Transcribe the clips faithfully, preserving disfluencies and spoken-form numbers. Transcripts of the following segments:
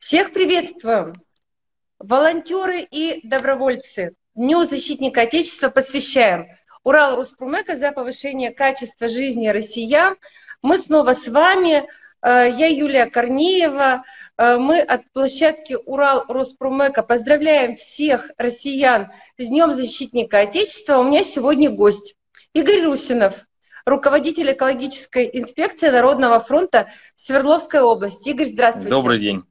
Всех приветствуем! Волонтеры и добровольцы. Дню защитника Отечества посвящаем. Урал Роспромека за повышение качества жизни россиян. Мы снова с вами. Я Юлия Корнеева. Мы от площадки Урал Роспромека поздравляем всех россиян с Днем защитника Отечества. У меня сегодня гость Игорь Русинов, руководитель экологической инспекции Народного фронта Свердловской области. Игорь, здравствуйте. Добрый день.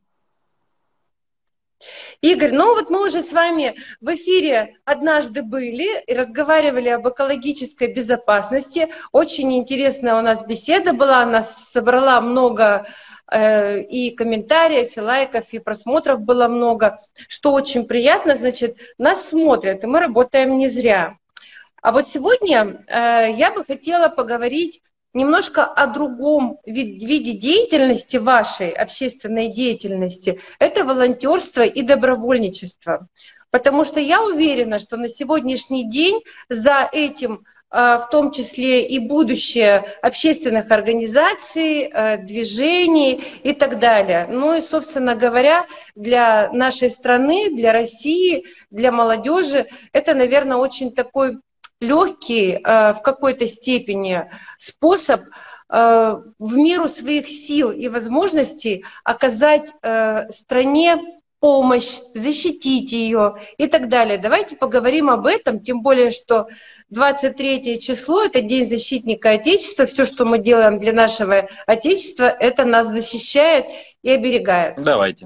Игорь, ну вот мы уже с вами в эфире однажды были и разговаривали об экологической безопасности. Очень интересная у нас беседа была, она собрала много э, и комментариев, и лайков, и просмотров было много, что очень приятно, значит, нас смотрят, и мы работаем не зря. А вот сегодня э, я бы хотела поговорить немножко о другом вид, виде деятельности вашей, общественной деятельности. Это волонтерство и добровольничество. Потому что я уверена, что на сегодняшний день за этим, э, в том числе и будущее общественных организаций, э, движений и так далее. Ну и, собственно говоря, для нашей страны, для России, для молодежи это, наверное, очень такой легкий в какой-то степени способ в меру своих сил и возможностей оказать стране помощь, защитить ее и так далее. Давайте поговорим об этом, тем более, что двадцать третье число – это День защитника Отечества. Все, что мы делаем для нашего Отечества, это нас защищает и оберегает. Давайте.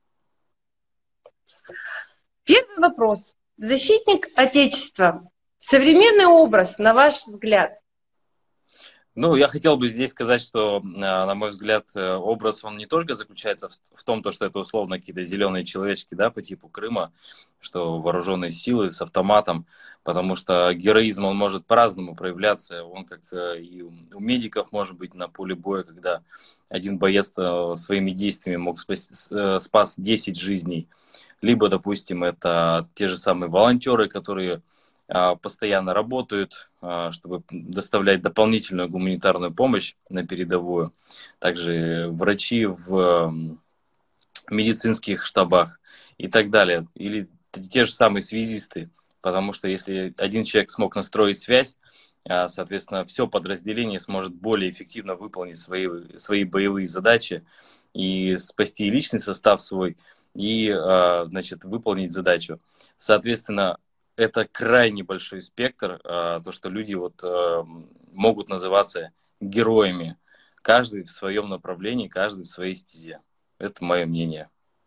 Первый вопрос. Защитник Отечества. Современный образ, на ваш взгляд? Ну, я хотел бы здесь сказать, что, на мой взгляд, образ, он не только заключается в том, что это условно какие-то зеленые человечки, да, по типу Крыма, что вооруженные силы с автоматом, потому что героизм, он может по-разному проявляться, он как и у медиков может быть на поле боя, когда один боец своими действиями мог спас, спас десять жизней, либо, допустим, это те же самые волонтеры, которые постоянно работают, чтобы доставлять дополнительную гуманитарную помощь на передовую. Также врачи в медицинских штабах и так далее. Или те же самые связисты. Потому что если один человек смог настроить связь, соответственно, все подразделение сможет более эффективно выполнить свои, свои боевые задачи и спасти личный состав свой, и, значит, выполнить задачу. Соответственно, это крайне большой спектр, то, что люди вот могут называться героями. Каждый в своем направлении, каждый в своей стезе. Это мое мнение.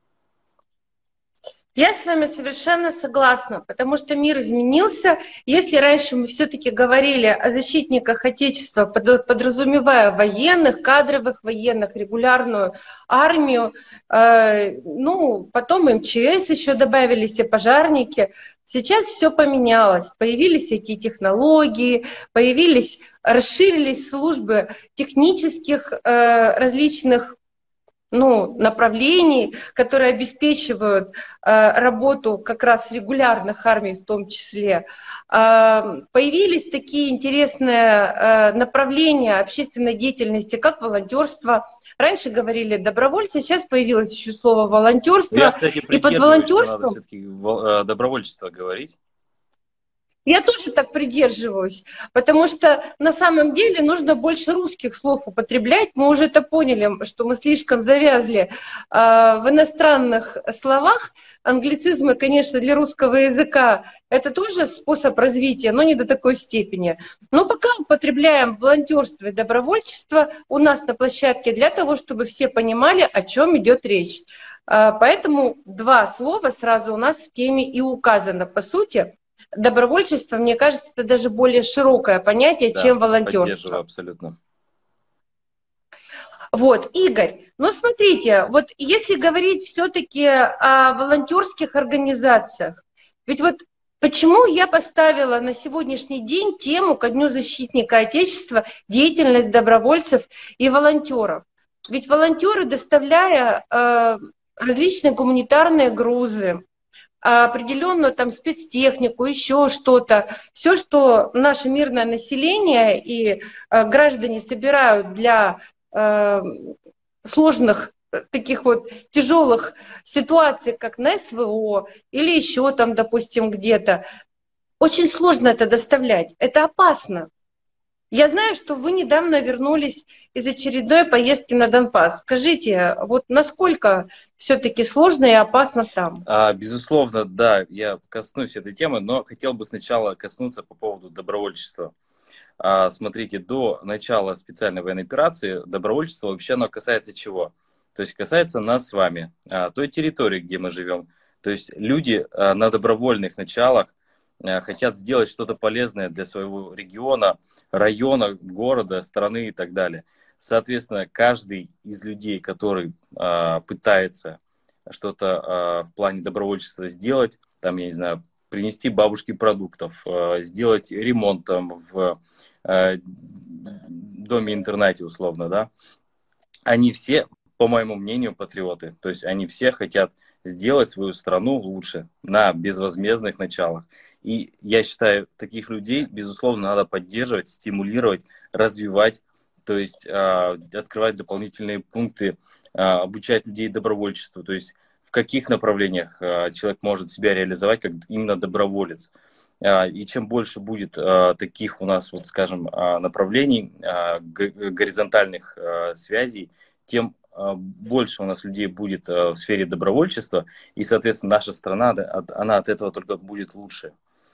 Я с вами совершенно согласна, потому что мир изменился. Если раньше мы все-таки говорили о защитниках Отечества, подразумевая военных, кадровых военных, регулярную армию, э, ну, потом эм че эс еще добавились, и пожарники. Сейчас все поменялось. Появились ай ти-технологии, появились, расширились службы технических э, различных ну, направлений, которые обеспечивают э, работу как раз регулярных армий в том числе. Э, появились такие интересные э, направления общественной деятельности, как волонтерство. Раньше говорили добровольцы, сейчас появилось еще слово волонтерство. Я, кстати, и под волонтерством... что надо все-таки добровольчество говорить. Я тоже так придерживаюсь, потому что на самом деле нужно больше русских слов употреблять. Мы уже это поняли, что мы слишком завязли э, в иностранных словах. Англицизмы, конечно, для русского языка это тоже способ развития, но не до такой степени. Но пока употребляем волонтерство и добровольчество у нас на площадке для того, чтобы все понимали, о чем идет речь. Э, поэтому два слова сразу у нас в теме и указано, по сути. Добровольчество, мне кажется, это даже более широкое понятие, да, чем волонтерство. Поддерживаю абсолютно. Вот, Игорь, ну смотрите, вот если говорить все-таки о волонтерских организациях, ведь вот почему я поставила на сегодняшний день тему ко Дню защитника Отечества деятельность добровольцев и волонтеров? Ведь волонтеры, доставляя э, различные гуманитарные грузы, определенную там спецтехнику, еще что-то. Все, что наше мирное население и э, граждане собирают для э, сложных таких вот тяжелых ситуаций, как на СВО или еще там, допустим, где-то, очень сложно это доставлять. Это опасно. Я знаю, что вы недавно вернулись из очередной поездки на Донбасс. Скажите, вот насколько все-таки сложно и опасно там? А, безусловно, да, я коснусь этой темы, но хотел бы сначала коснуться по поводу добровольчества. А, смотрите, до начала специальной военной операции добровольчество вообще оно касается чего? То есть касается нас с вами, а, той территории, где мы живем. То есть люди а, на добровольных началах а, хотят сделать что-то полезное для своего региона, района, города, страны и так далее. Соответственно, каждый из людей, который а, пытается что-то а, в плане добровольчества сделать, там, я не знаю, принести бабушке продуктов, а, сделать ремонт там в а, доме-интернате условно, да, они все, по моему мнению, патриоты. То есть они все хотят сделать свою страну лучше на безвозмездных началах. И я считаю, таких людей, безусловно, надо поддерживать, стимулировать, развивать, то есть э, открывать дополнительные пункты, э, обучать людей добровольчеству. То есть в каких направлениях э, человек может себя реализовать как именно доброволец. Э, и чем больше будет э, таких у нас, вот, скажем, э, направлений, э, горизонтальных э, связей, тем больше у нас людей будет в сфере добровольчества, и, соответственно, наша страна, она от этого только будет лучше.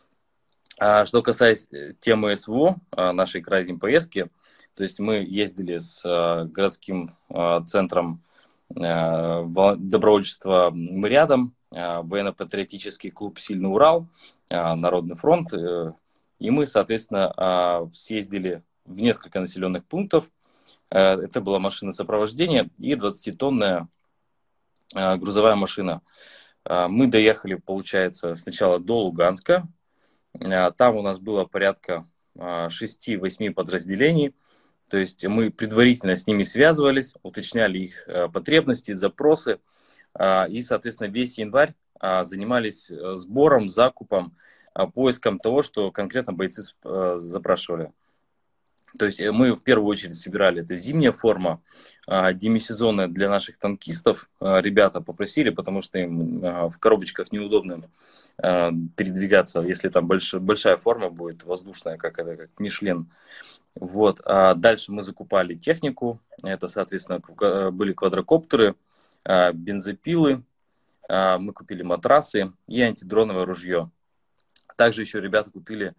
А что касается темы СВО, нашей крайней поездки, то есть мы ездили с городским центром добровольчества «Мы рядом», военно-патриотический клуб «Сильный Урал», Народный фронт, и мы, соответственно, съездили в несколько населенных пунктов. Это была машина сопровождения и двадцатитонная грузовая машина. Мы доехали, получается, сначала до Луганска. Там у нас было порядка шести-восьми подразделений. То есть мы предварительно с ними связывались, уточняли их потребности, запросы. И, соответственно, весь январь занимались сбором, закупом, поиском того, что конкретно бойцы запрашивали. То есть мы в первую очередь собирали, это зимняя форма, демисезонная для наших танкистов. Ребята попросили, потому что им в коробочках неудобно передвигаться, если там больш, большая форма будет, воздушная, как, это, как Мишлен. Вот. А дальше мы закупали технику, это, соответственно, были квадрокоптеры, бензопилы, мы купили матрасы и антидроновое ружье. Также еще ребята купили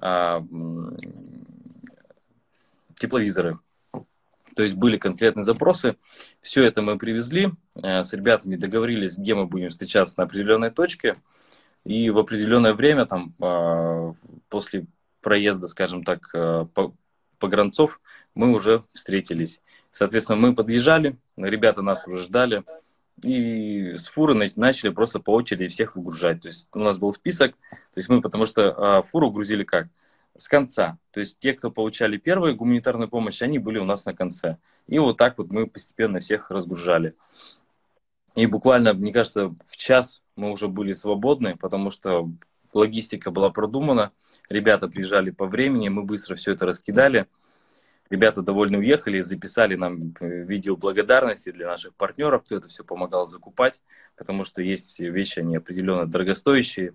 тепловизоры. То есть были конкретные запросы. Все это мы привезли. С ребятами договорились, где мы будем встречаться на определенной точке. И в определенное время, там, после проезда, скажем так, погранцов, мы уже встретились. Соответственно, мы подъезжали, ребята нас уже ждали. И с фуры начали просто по очереди всех выгружать. То есть у нас был список. То есть мы, потому что фуру грузили как? С конца. То есть те, кто получали первую гуманитарную помощь, они были у нас на конце. И вот так вот мы постепенно всех разгружали. И буквально, мне кажется, в час мы уже были свободны, потому что логистика была продумана. Ребята приезжали по времени, мы быстро все это раскидали. Ребята довольно уехали, записали нам видео благодарности для наших партнеров, кто это все помогал закупать, потому что есть вещи, они определенно дорогостоящие.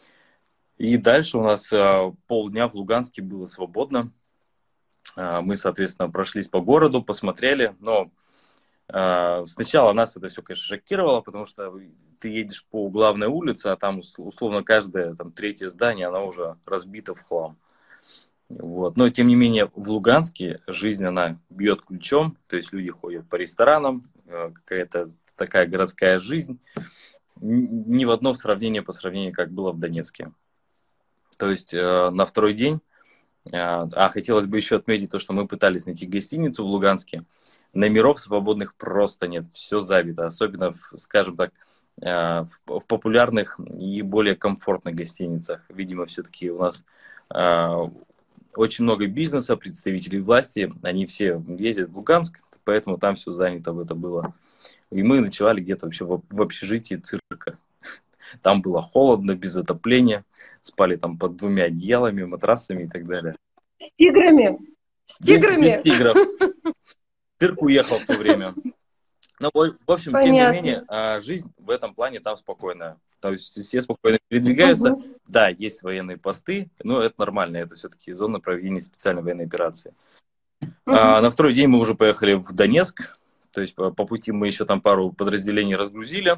И дальше у нас а, полдня в Луганске было свободно. А, мы, соответственно, прошлись по городу, посмотрели. Но а, сначала нас это все, конечно, шокировало, потому что ты едешь по главной улице, а там условно каждое там, третье здание, оно уже разбито в хлам. Вот. Но, тем не менее, в Луганске жизнь, она бьет ключом. То есть люди ходят по ресторанам, какая-то такая городская жизнь. Ни в одно сравнение по сравнению, как было в Донецке. То есть э, на второй день, э, а хотелось бы еще отметить то, что мы пытались найти гостиницу в Луганске, номеров свободных просто нет, все забито, особенно, в, скажем так, э, в, в популярных и более комфортных гостиницах. Видимо, все-таки у нас э, очень много бизнеса, представителей власти, они все ездят в Луганск, поэтому там все занято, это было. И мы ночевали где-то вообще в, в общежитии цирка. Там было холодно, без отопления, спали там под двумя одеялами, матрасами и так далее. С тиграми? С тиграми? Без, без тигров. Цирк уехал в то время. Ну, в в общем, тем не Понятно. менее, а, жизнь в этом плане там спокойная. То есть все спокойно передвигаются. Мгм. Да, есть военные посты, но это нормально, это все-таки зона проведения специальной военной операции. А Мгм. на второй день мы уже поехали в Донецк, то есть по, по пути мы еще там пару подразделений разгрузили,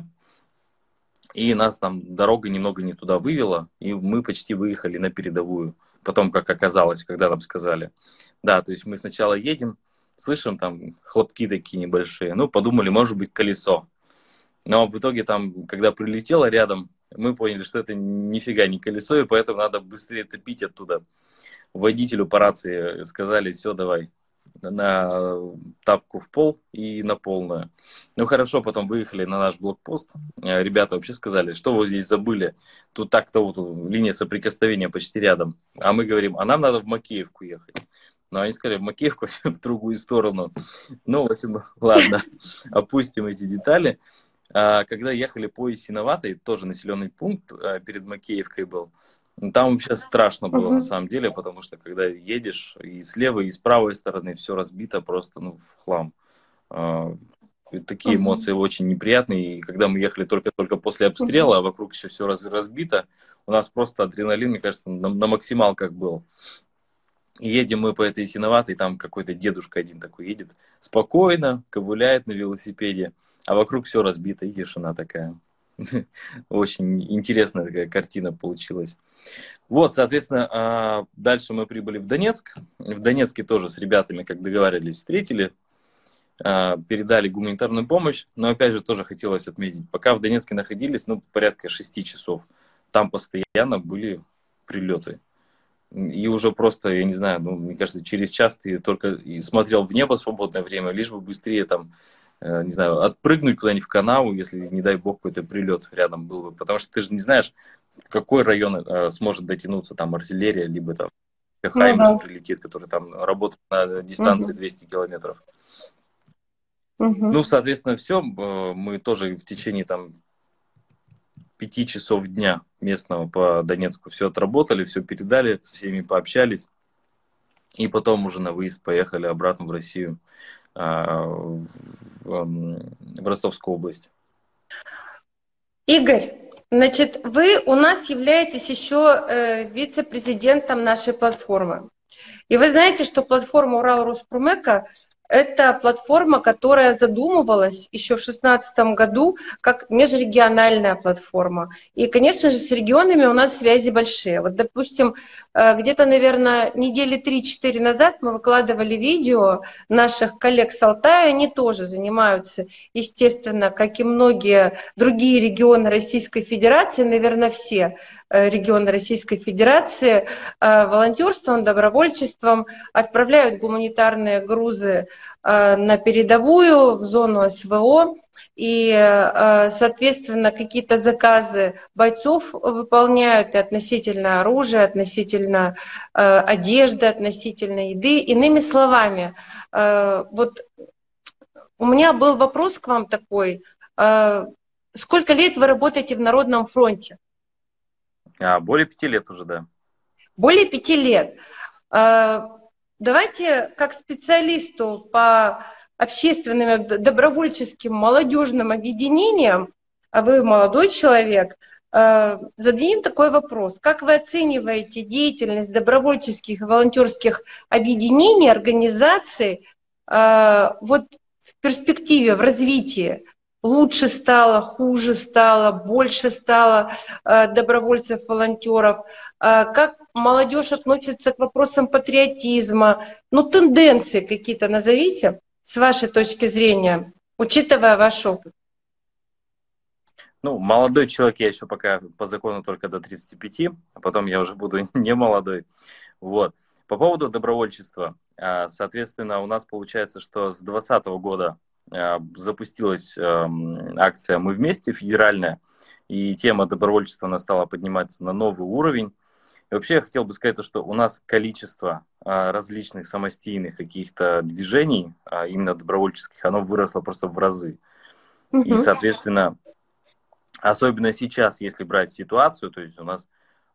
и нас там дорога немного не туда вывела, и мы почти выехали на передовую. Потом, как оказалось, когда нам сказали. Да, то есть мы сначала едем, слышим там хлопки такие небольшие, ну, подумали, может быть, колесо. Но в итоге там, когда прилетело рядом, мы поняли, что это нифига не колесо, и поэтому надо быстрее топить оттуда. Водителю по рации сказали, все, давай, на тапку в пол и на полную. Ну хорошо, потом выехали на наш блокпост. Э, Ребята вообще сказали, что вы здесь забыли? Тут так-то вот линия соприкосновения почти рядом. А мы говорим, а нам надо в Макеевку ехать. Но они сказали, в Макеевку в другую сторону. Ну, в общем, ладно, опустим эти детали. А, Когда ехали по Ясиноватой, тоже населенный пункт а, перед Макеевкой был, ну, там вообще страшно было на Мгм. самом деле, потому что когда едешь и с левой, и с правой стороны все разбито просто ну, в хлам. А, и такие эмоции Мгм. очень неприятные. И когда мы ехали только-только после обстрела, Мгм. а вокруг еще все раз, разбито, у нас просто адреналин, мне кажется, на, на максималках был. И едем мы по этой Ясиноватой, там какой-то дедушка один такой едет, спокойно, ковыляет на велосипеде, а вокруг все разбито, и тишина такая. Очень интересная такая картина получилась. Вот, соответственно, а, дальше мы прибыли в Донецк. В Донецке тоже с ребятами, как договаривались, встретили, а, передали гуманитарную помощь. Но опять же тоже хотелось отметить, пока в Донецке находились, ну, порядка шести часов, там постоянно были прилеты. И уже просто, я не знаю, ну, мне кажется, через час ты только и смотрел в небо в свободное время, лишь бы быстрее там, э, не знаю, отпрыгнуть куда-нибудь в канаву, если, не дай бог, какой-то прилет рядом был бы. Потому что ты же не знаешь, в какой район э, сможет дотянуться там артиллерия, либо там Ну да. Хаймерс прилетит, который там работает на дистанции Мгм. двести километров. Ну, Мгм. соответственно, все. Мы тоже в течение там пяти часов дня местного по Донецку все отработали, все передали, со всеми пообщались. И потом уже на выезд поехали обратно в Россию, а, в, в Ростовскую область. Игорь, значит, вы у нас являетесь еще э, вице-президентом нашей платформы. И вы знаете, что платформа Урал Руспромека — это платформа, которая задумывалась еще в две тысячи шестнадцатом году как межрегиональная платформа. И, конечно же, с регионами у нас связи большие. Вот, допустим, э, где-то, наверное, недели три-четыре назад мы выкладывали видео наших коллег с Алтая. Они тоже занимаются, естественно, как и многие другие регионы Российской Федерации, наверное, все э, регионы Российской Федерации, э, волонтерством, добровольчеством, отправляют гуманитарные грузы э, на передовую, в зону СВО. И, э, соответственно, какие-то заказы бойцов выполняют и относительно оружия, относительно э, одежды, относительно еды. Иными словами, э, вот у меня был вопрос к вам такой. Э, Сколько лет вы работаете в Народном фронте? А, более пяти лет уже, да. Более пяти лет. Э, Давайте, как специалисту по общественным, добровольческим, молодежным объединениям, а вы молодой человек, э, зададим такой вопрос. Как вы оцениваете деятельность добровольческих и волонтерских объединений, организаций э, вот в перспективе, в развитии? Лучше стало, хуже стало, больше стало э, добровольцев, волонтеров? Э, Как молодежь относится к вопросам патриотизма? Ну, тенденции какие-то назовите с вашей точки зрения, учитывая ваш опыт. Ну, молодой человек я еще пока по закону только до тридцати пяти, а потом я уже буду не молодой. Вот. По поводу добровольчества. а, Соответственно, у нас получается, что с двадцатого года а, запустилась ам, акция «Мы вместе» федеральная, и тема добровольчества она стала подниматься на новый уровень. И вообще я хотел бы сказать, то, что у нас количество а, различных самостийных каких-то движений, а, именно добровольческих, оно выросло просто в разы. И, Мгм. соответственно, особенно сейчас, если брать ситуацию, то есть у нас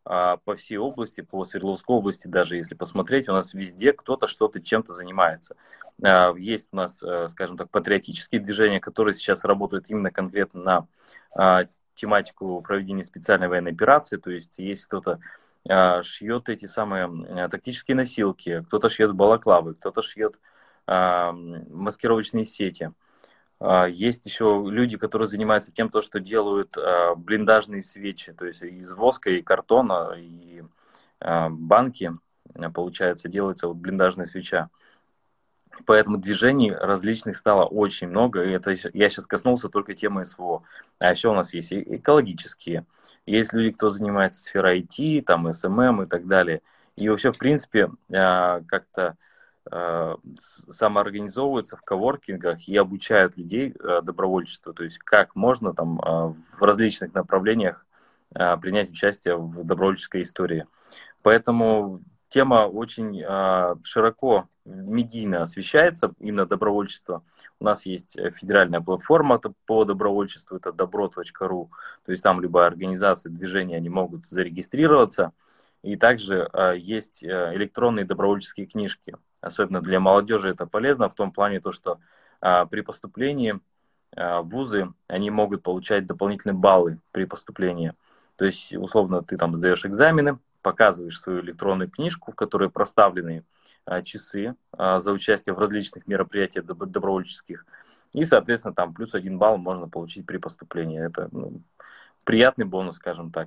а, по всей области, по Свердловской области даже, если посмотреть, у нас везде кто-то что-то чем-то занимается. А, есть у нас, а, скажем так, патриотические движения, которые сейчас работают именно конкретно на а, тематику проведения специальной военной операции, то есть есть кто-то а, шьет эти самые а, тактические носилки, кто-то шьет балаклавы, кто-то шьет а, маскировочные сети. А, Есть еще люди, которые занимаются тем, то, что делают а, блиндажные свечи, то есть из воска и картона и а, банки, а, получается, делается вот блиндажная свеча. Поэтому движений различных стало очень много, и это щ- я сейчас коснулся только темы СВО. А еще у нас есть и экологические, есть люди, кто занимается сферой ай ти, там эс эм эм и так далее. И вообще, в принципе, а, как-то а, с- самоорганизовываются в коворкингах и обучают людей а, добровольчеству, то есть как можно там а, в различных направлениях а, принять участие в добровольческой истории. Поэтому тема очень а, широко медийно освещается, именно добровольчество. У нас есть э, федеральная платформа т- по добровольчеству, это добро точка ру, то есть там любая организация, движение, они могут зарегистрироваться. И также а, есть э, электронные добровольческие книжки. Особенно для молодежи это полезно в том плане, то, что а, при поступлении а, в вузы они могут получать дополнительные баллы при поступлении. То есть, условно, ты там сдаешь экзамены, показываешь свою электронную книжку, в которой проставлены а, часы а, за участие в различных мероприятиях доб- добровольческих. И, соответственно, там плюс один балл можно получить при поступлении. Это ну, приятный бонус, скажем так.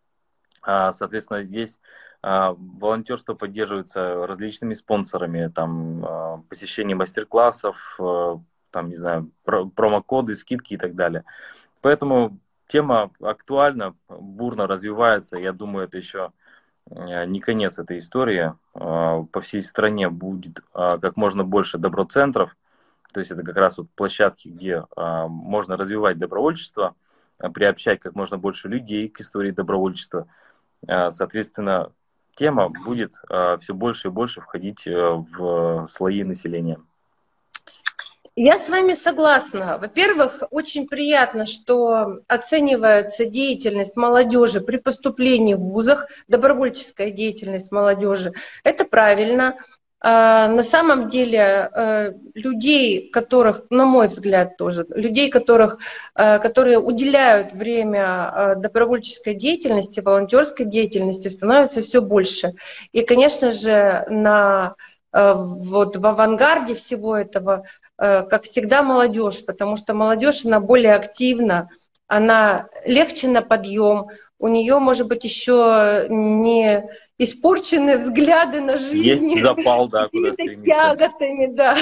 А, соответственно, здесь а, волонтерство поддерживается различными спонсорами, там а, посещение мастер-классов, а, там, не знаю, про- промокоды, скидки и так далее. Поэтому тема актуальна, бурно развивается. Я думаю, это еще э, не конец этой истории. Э, По всей стране будет э, как можно больше доброцентров. То есть это как раз вот площадки, где э, можно развивать добровольчество, э, приобщать как можно больше людей к истории добровольчества. Э, Соответственно, тема будет э, все больше и больше входить э, в слои населения. Я с вами согласна. Во-первых, очень приятно, что оценивается деятельность молодежи при поступлении в вузах, добровольческая деятельность молодежи. Это правильно. А, На самом деле э, людей, которых, на мой взгляд тоже, людей, которых, э, которые уделяют время э, добровольческой деятельности, волонтерской деятельности, становится все больше. И, конечно же, на, э, вот в авангарде всего этого, как всегда, молодежь, потому что молодежь, она более активна, она легче на подъем, у нее, может быть, еще не испорчены взгляды на Есть жизнь запал, да, куда какими-то стремиться. тяготами, да,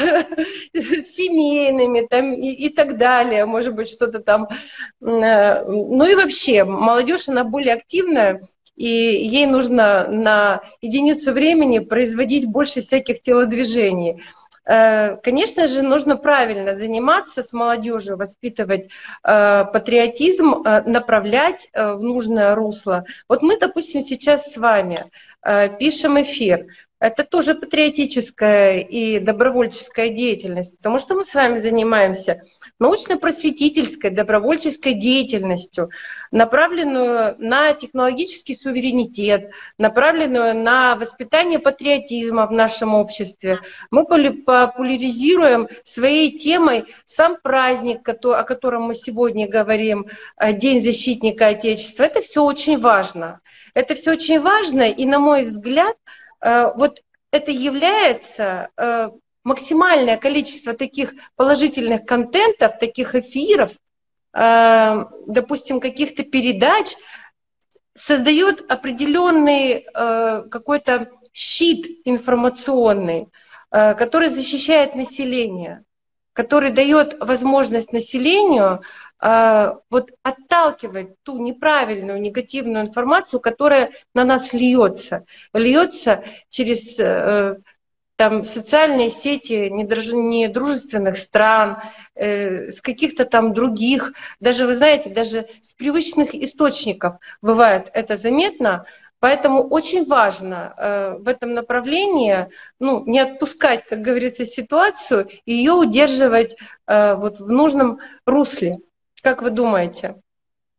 семейными там, и, и так далее, может быть, что-то там. э, Ну и вообще, молодежь, она более активная, и ей нужно на единицу времени производить больше всяких телодвижений. Э, Конечно же, нужно правильно заниматься с молодежью, воспитывать э, патриотизм, э, направлять э, в нужное русло. Вот мы, допустим, сейчас с вами э, пишем эфир. Это тоже патриотическая и добровольческая деятельность, потому что мы с вами занимаемся научно-просветительской, добровольческой деятельностью, направленную на технологический суверенитет, направленную на воспитание патриотизма в нашем обществе. Мы популяризируем своей темой сам праздник, о котором мы сегодня говорим, День защитника Отечества. Это все очень важно. Это все очень важно, и, на мой взгляд, вот это является максимальное количество таких положительных контентов, таких эфиров, допустим, каких-то передач, создает определенный какой-то щит информационный, который защищает население, который дает возможность населению вот отталкивать ту неправильную, негативную информацию, которая на нас льется, льется через там социальные сети недружественных стран, э, с каких-то там других, даже, вы знаете, даже с привычных источников бывает это заметно. Поэтому очень важно э, в этом направлении, ну, не отпускать, как говорится, ситуацию и ее удерживать э, вот в нужном русле. Как вы думаете?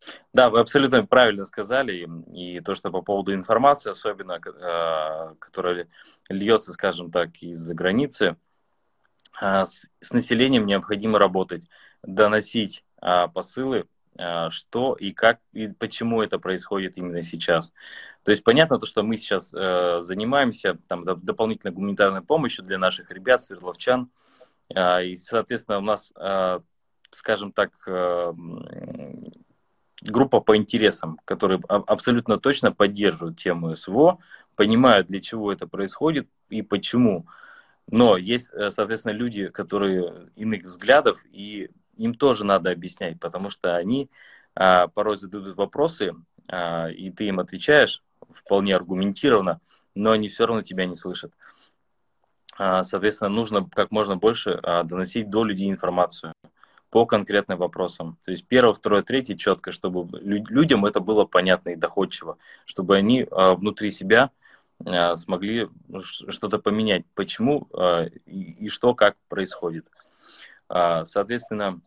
Да, вы абсолютно правильно сказали. И то, что по поводу информации, особенно, э, которая льется, скажем так, из-за границы, а, с, с населением необходимо работать, доносить а, посылы, а, что и как и почему это происходит именно сейчас. То есть понятно то, что мы сейчас э, занимаемся там, доп- дополнительной гуманитарной помощью для наших ребят, свердловчан, а, и, соответственно, у нас, а, скажем так, э, м, группа по интересам, которые а- абсолютно точно поддерживают тему СВО, понимают, для чего это происходит и почему. Но есть, э, соответственно, люди, которые иных взглядов, и им тоже надо объяснять, потому что они а, порой задают вопросы, а, и ты им отвечаешь вполне аргументированно, но они все равно тебя не слышат. А, соответственно, нужно как можно больше а, доносить до людей информацию по конкретным вопросам. То есть первое, второе, третье четко, чтобы лю- людям это было понятно и доходчиво, чтобы они а, внутри себя а, смогли ш- что-то поменять, почему а, и, и что, как происходит. А, соответственно,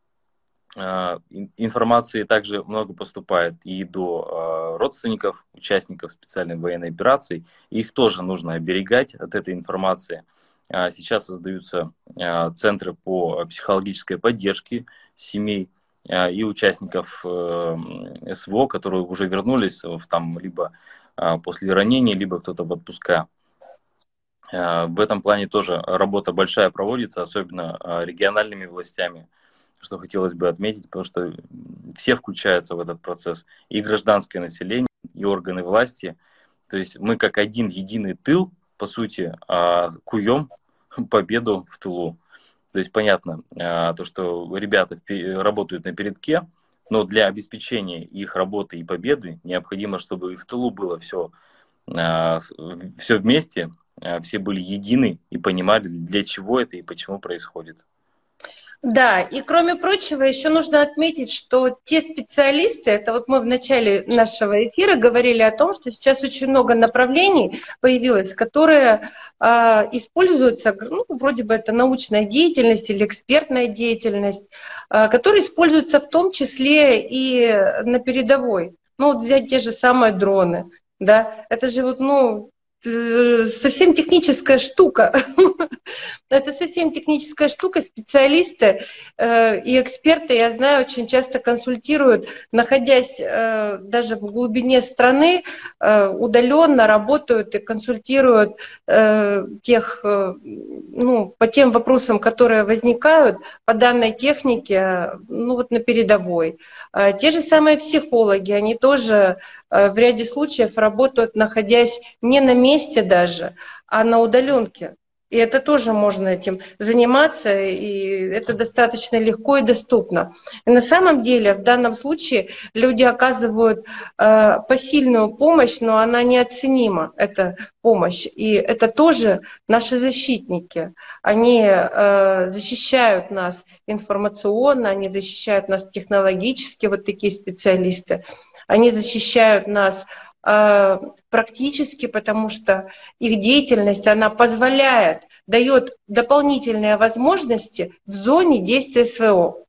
а, ин- информации также много поступает и до а, родственников, участников специальной военной операции. Их тоже нужно оберегать от этой информации. А, Сейчас создаются а, центры по психологической поддержке семей а, и участников э, м, СВО, которые уже вернулись в, там, либо а, после ранения, либо кто-то в отпуска. А, В этом плане тоже работа большая проводится, особенно а, региональными властями, что хотелось бы отметить, потому что все включаются в этот процесс, и гражданское население, и органы власти. То есть мы как один единый тыл, по сути, а, куем победу в тылу. То есть понятно, а, то, что ребята впе- работают на передке, но для обеспечения их работы и победы необходимо, чтобы и в тылу было все, все вместе, а, все были едины и понимали, для чего это и почему происходит. Да, и кроме прочего, еще нужно отметить, что те специалисты, это вот мы в начале нашего эфира говорили о том, что сейчас очень много направлений появилось, которые э, используются, ну, вроде бы это научная деятельность или экспертная деятельность, э, которые используются в том числе и на передовой. Ну, вот взять те же самые дроны, да, это же вот, ну, э, совсем техническая штука. Это совсем техническая штука. Специалисты э, и эксперты, я знаю, очень часто консультируют, находясь э, даже в глубине страны, э, удаленно работают и консультируют э, тех, э, ну, по тем вопросам, которые возникают по данной технике, э, ну вот на передовой. Э, те же самые психологи, они тоже э, в ряде случаев работают, находясь не на месте даже, а на удаленке. И это тоже можно этим заниматься, и это достаточно легко и доступно. И на самом деле в данном случае люди оказывают э, посильную помощь, но она неоценима, эта помощь. И это тоже наши защитники. Они э, защищают нас информационно, они защищают нас технологически, вот такие специалисты. Они защищают нас э, практически, потому что их деятельность, она позволяет, дает дополнительные возможности в зоне действия СВО.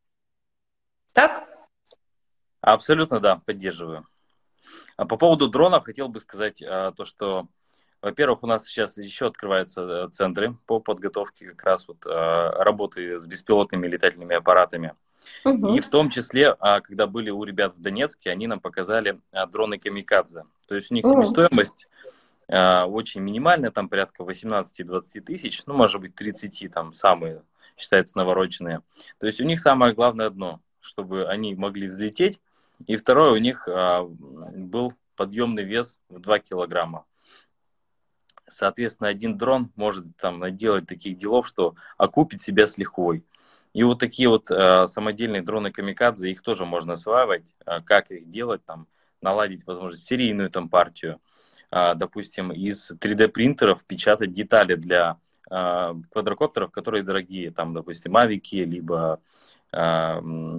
Так? Абсолютно, да, поддерживаю. А по поводу дронов хотел бы сказать а, то, что, во-первых, у нас сейчас еще открываются э, центры по подготовке как раз вот а, работы с беспилотными летательными аппаратами. И Угу. в том числе, а, когда были у ребят в Донецке, они нам показали а, дроны «Камикадзе». То есть у них Угу. себестоимость а, очень минимальная, там порядка восемнадцать-двадцать тысяч, ну, может быть, тридцать, там самые, считается, навороченные. То есть у них самое главное одно, чтобы они могли взлететь, и второе, у них а, был подъемный вес в два килограмма. Соответственно, один дрон может там наделать таких делов, что окупит себя с лихвой. И вот такие вот э, самодельные дроны камикадзе, их тоже можно осваивать. Э, как их делать, там, наладить, возможно, серийную там партию. Э, допустим, из три дэ принтеров печатать детали для э, квадрокоптеров, которые дорогие. Там, допустим, авики, либо э, м,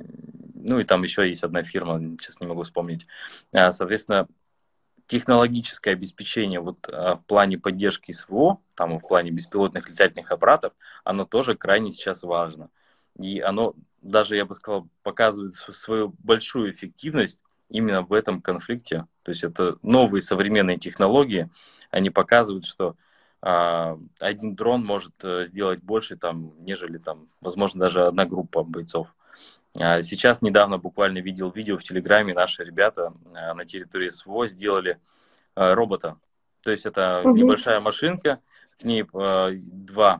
ну и там еще есть одна фирма, сейчас не могу вспомнить. Э, соответственно, технологическое обеспечение вот а, в плане поддержки СВО, там в плане беспилотных летательных аппаратов, оно тоже крайне сейчас важно. И оно даже, я бы сказал, показывают свою большую эффективность именно в этом конфликте. То есть это новые современные технологии, они показывают, что а, один дрон может э, сделать больше, там, нежели, там, возможно, даже одна группа бойцов. А сейчас недавно буквально видел видео в Телеграме, наши ребята а, на территории СВО сделали а, робота. То есть это Мгм. небольшая машинка, к ней а, два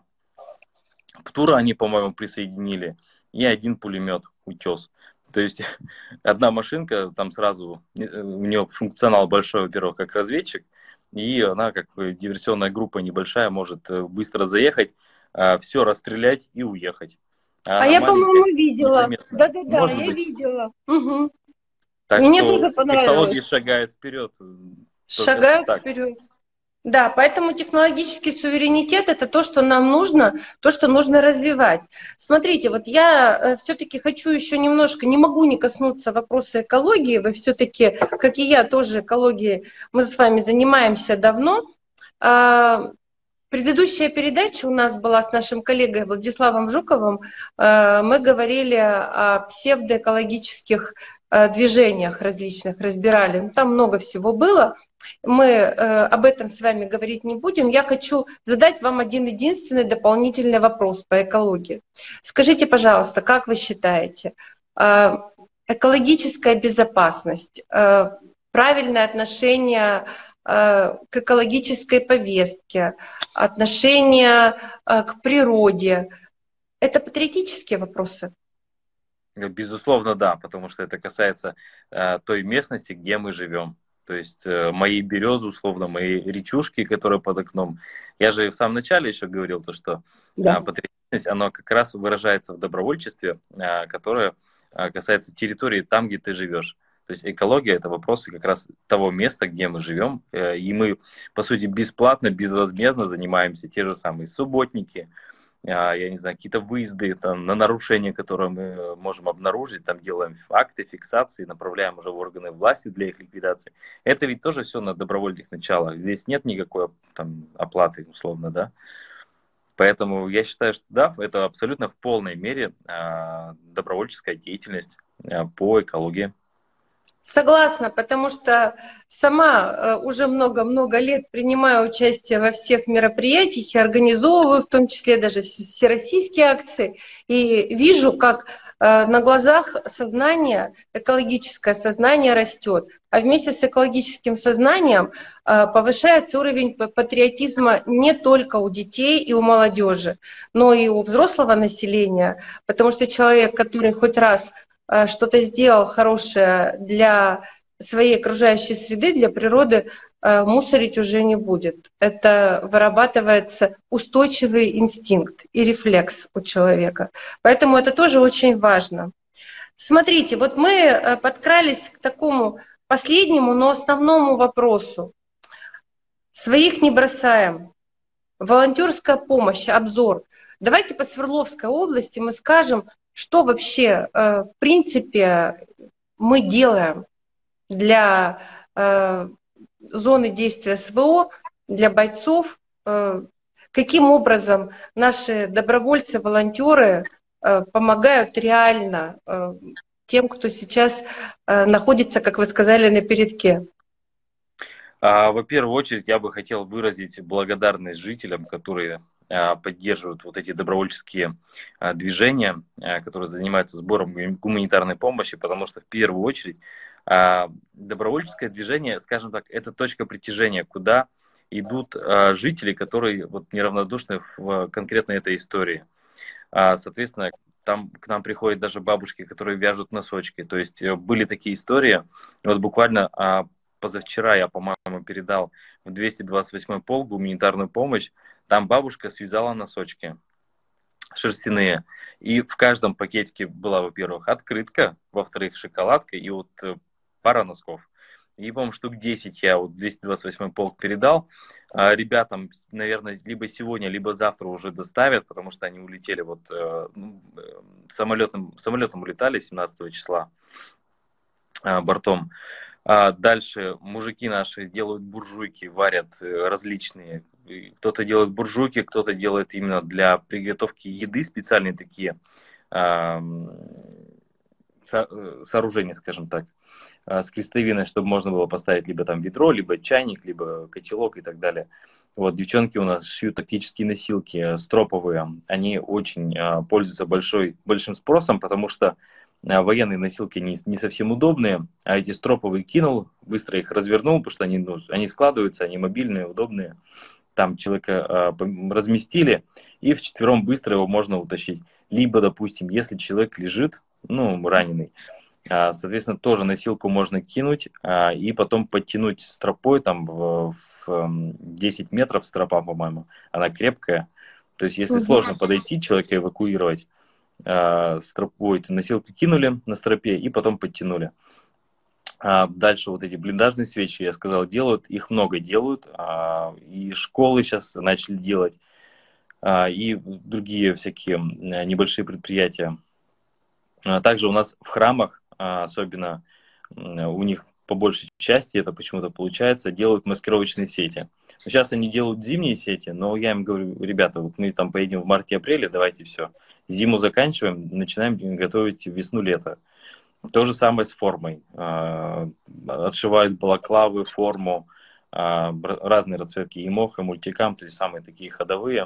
ПТУРа они, по-моему, присоединили, и один пулемет «Утес». То есть одна машинка, там сразу э, у нее функционал большой, во-первых, как разведчик, и она, как бы, диверсионная группа небольшая, может э, быстро заехать, все расстрелять и уехать. А А она я, маленькая, по-моему, видела. незаметная. Да-да-да, Может я быть. видела. Мгм. Так Мне тоже что понравилось. технологии шагают вперед. То это Шагают так. вперед. Да, поэтому технологический суверенитет – это то, что нам нужно, то, что нужно развивать. Смотрите, вот я все-таки хочу еще немножко, не могу не коснуться вопроса экологии. Вы все-таки, как и я, тоже экологией, мы с вами занимаемся давно. А, Предыдущая передача у нас была с нашим коллегой Владиславом Жуковым. Э, Мы говорили о псевдоэкологических э, движениях различных, разбирали. Ну, там много всего было. Мы э, об этом с вами говорить не будем. Я хочу задать вам один единственный дополнительный вопрос по экологии. Скажите, пожалуйста, как вы считаете, э, экологическая безопасность, э, правильное отношение э, к экологической повестке, отношение э, к природе. Это патриотические вопросы. Безусловно, да, потому что это касается э, той местности, где мы живем. То есть э, мои березы, условно, мои речушки, которые под окном. Я же в самом начале еще говорил, то, что Да. э, патриотичность, оно как раз выражается в добровольчестве, э, которое э, касается территории там, где ты живешь. То есть экология – это вопросы как раз того места, где мы живем. Э, и мы, по сути, бесплатно, безвозмездно занимаемся. Те же самые субботники, а, я не знаю, какие-то выезды там, на нарушения, которые мы можем обнаружить, там делаем акты, фиксации, направляем уже в органы власти для их ликвидации. Это ведь тоже все на добровольных началах. Здесь нет никакой там оплаты, условно, да. Поэтому я считаю, что да, это абсолютно в полной мере а, добровольческая деятельность а, по экологии. Согласна, потому что сама э, уже много-много лет принимаю участие во всех мероприятиях и организовываю, в том числе даже всероссийские акции, и вижу, как э, на глазах сознание, экологическое сознание растет, а вместе с экологическим сознанием э, повышается уровень патриотизма не только у детей и у молодежи, но и у взрослого населения, потому что человек, который хоть раз что-то сделал хорошее для своей окружающей среды, для природы, мусорить уже не будет. Это вырабатывается устойчивый инстинкт и рефлекс у человека. Поэтому это тоже очень важно. Смотрите, вот мы подкрались к такому последнему, но основному вопросу. Своих не бросаем. Волонтерская помощь, обзор. Давайте по Свердловской области мы скажем, что вообще, в принципе, мы делаем для зоны действия СВО, для бойцов, каким образом наши добровольцы, волонтеры помогают реально тем, кто сейчас находится, как вы сказали, на передке. Во первую очередь я бы хотел выразить благодарность жителям, которые поддерживают вот эти добровольческие движения, которые занимаются сбором гуманитарной помощи, потому что в первую очередь добровольческое движение, скажем так, это точка притяжения, куда идут жители, которые вот неравнодушны в конкретно этой истории. Соответственно, там к нам приходят даже бабушки, которые вяжут носочки. То есть были такие истории, вот буквально позавчера я, по-моему, передал в двести двадцать восьмой полк гуманитарную помощь. Там бабушка связала носочки шерстяные. И в каждом пакетике была, во-первых, открытка, во-вторых, шоколадка и вот пара носков. И, по-моему, штук десять я вот двести двадцать восьмой полк передал. Ребятам, наверное, либо сегодня, либо завтра уже доставят, потому что они улетели вот ну, самолетом, самолетом улетали семнадцатого числа бортом. А дальше мужики наши делают буржуйки, варят различные. Кто-то делает буржуйки, кто-то делает именно для приготовки еды специальные такие со, сооружение, скажем так, с крестовиной, чтобы можно было поставить либо там ведро, либо чайник, либо котелок и так далее. Вот, девчонки у нас шьют тактические носилки, строповые. Они очень а, пользуются большой, большим спросом, потому что а, военные носилки не, не совсем удобные, а эти строповые кинул, быстро их развернул, потому что они, ну, они складываются, они мобильные, удобные. Там человека а, разместили, и вчетвером быстро его можно утащить. Либо, допустим, если человек лежит, ну, раненый, а, соответственно, тоже носилку можно кинуть а, и потом подтянуть стропой, там в, в десять метров стропа, по-моему, она крепкая. То есть, если Мгм. сложно подойти, человека эвакуировать, а, стропой, носилку кинули на стропе и потом подтянули. А дальше вот эти блиндажные свечи, я сказал, делают, их много делают, а, и школы сейчас начали делать, а, и другие всякие небольшие предприятия. А также у нас в храмах, а, особенно у них по большей части это почему-то получается, делают маскировочные сети. Сейчас они делают зимние сети, но я им говорю, ребята, вот мы там поедем в марте-апреле, давайте все. Зиму заканчиваем, начинаем готовить весну-лето. То же самое с формой. А, отшивают балаклавы, форму, а, разные расцветки, и мох, и мультикам, то есть самые такие ходовые.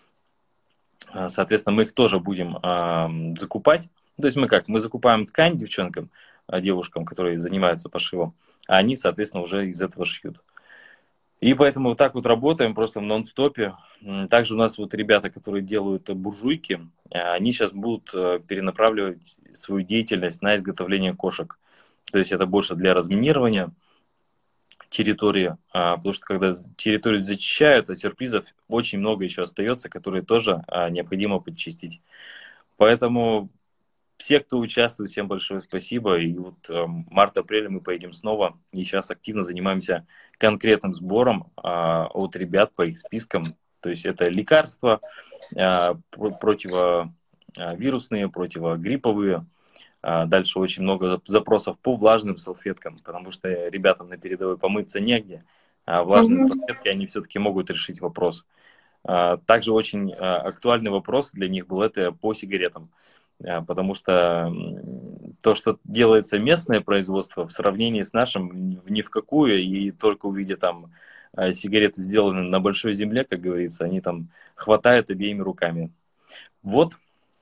А, Соответственно, мы их тоже будем а, закупать. То есть мы как? Мы закупаем ткань девчонкам, а, девушкам, которые занимаются пошивом, а они, соответственно, уже из этого шьют. И поэтому вот так вот работаем просто в нон-стопе. М, Также у нас вот ребята, которые делают э, буржуйки, а, они сейчас будут э, перенаправливать свою деятельность на изготовление кошек. То есть это больше для разминирования территории, а, потому что когда территорию зачищают, а сюрпризов очень много еще остается, которые тоже а, необходимо подчистить. Поэтому все, кто участвует, всем большое спасибо. И вот э, март-апрель мы поедем снова. И сейчас активно занимаемся конкретным сбором э, от ребят по их спискам. То есть это лекарства э, противовирусные, противогрипповые. А дальше очень много запросов по влажным салфеткам, потому что ребятам на передовой помыться негде. А влажные Мгм. салфетки, они все-таки могут решить вопрос. А, Также очень а, актуальный вопрос для них был это по сигаретам. А, Потому что м, то, что делается местное производство в сравнении с нашим, ни в какую, и только увидя там а, сигареты, сделанные на большой земле, как говорится, они там хватают обеими руками. Вот.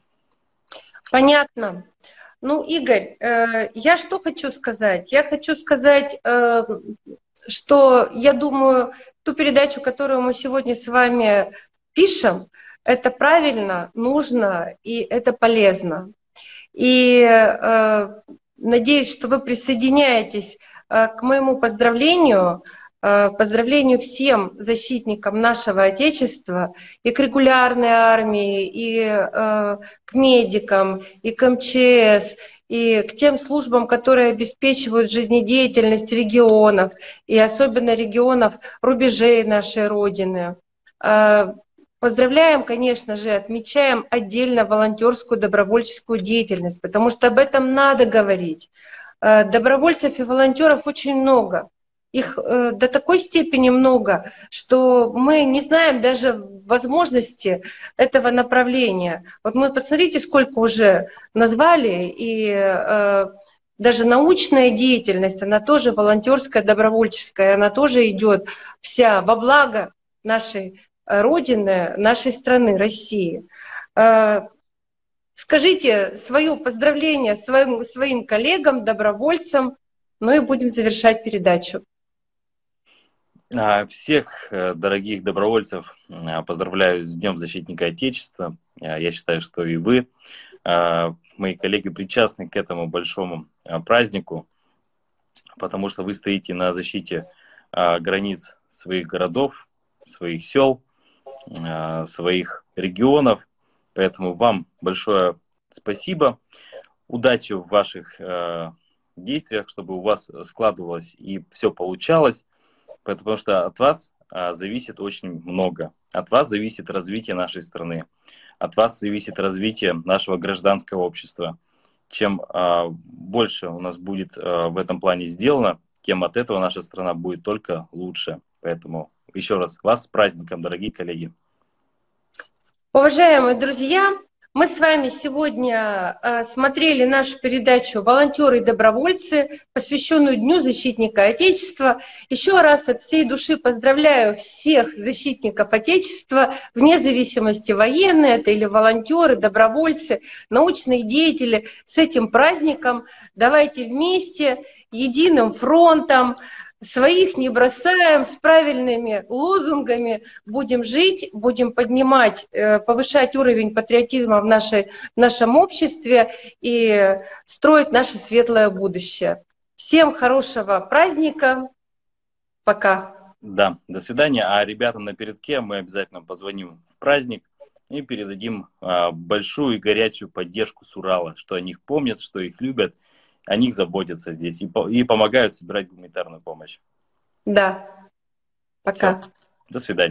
Понятно. Ну, Игорь, э, я что хочу сказать? Я хочу сказать, э, что я думаю, ту передачу, которую мы сегодня с вами пишем, это правильно, нужно и это полезно. И э, надеюсь, что вы присоединяетесь э, к моему поздравлению, э, поздравлению всем защитникам нашего Отечества, и к регулярной армии, и э, к медикам, и к эм че эс, и к тем службам, которые обеспечивают жизнедеятельность регионов, и особенно регионов рубежей нашей Родины. Э, Поздравляем, конечно же, отмечаем отдельно волонтерскую добровольческую деятельность, потому что об этом надо говорить. Э, Добровольцев и волонтеров очень много. Их э, до такой степени много, что мы не знаем даже возможности этого направления. Вот мы посмотрите, сколько уже назвали, и э, даже научная деятельность, она тоже волонтерская, добровольческая, она тоже идет вся во благо нашей Родины, нашей страны, России. Э, Скажите свое поздравление своим, своим коллегам, добровольцам, ну и будем завершать передачу. А, Всех э, дорогих добровольцев э, поздравляю с Днем Защитника Отечества. Э, Я считаю, что и вы, э, мои коллеги, причастны к этому большому э, празднику, потому что вы стоите на защите э, границ своих городов, своих сел, э, своих регионов. Поэтому вам большое спасибо. Удачи в ваших э, действиях, чтобы у вас складывалось и все получалось. Потому что от вас а, зависит очень много. От вас зависит развитие нашей страны. От вас зависит развитие нашего гражданского общества. Чем а, больше у нас будет а, в этом плане сделано, тем от этого наша страна будет только лучше. Поэтому еще раз вас с праздником, дорогие коллеги. Уважаемые друзья, Мы с вами сегодня э, смотрели нашу передачу «Волонтеры и добровольцы», посвященную Дню защитника Отечества. Еще раз от всей души поздравляю всех защитников Отечества, вне зависимости, военные это или волонтеры, добровольцы, научные деятели, с этим праздником. Давайте вместе, единым фронтом, своих не бросаем, с правильными лозунгами будем жить, будем поднимать, повышать уровень патриотизма в, нашей, в нашем обществе и строить наше светлое будущее. Всем хорошего праздника. Пока. Да, до свидания. А ребятам на передке мы обязательно позвоним в праздник и передадим а, большую и горячую поддержку с Урала, что о них помнят, что их любят, о них заботятся здесь и, и помогают собирать гуманитарную помощь. Да, пока. Все, до свидания.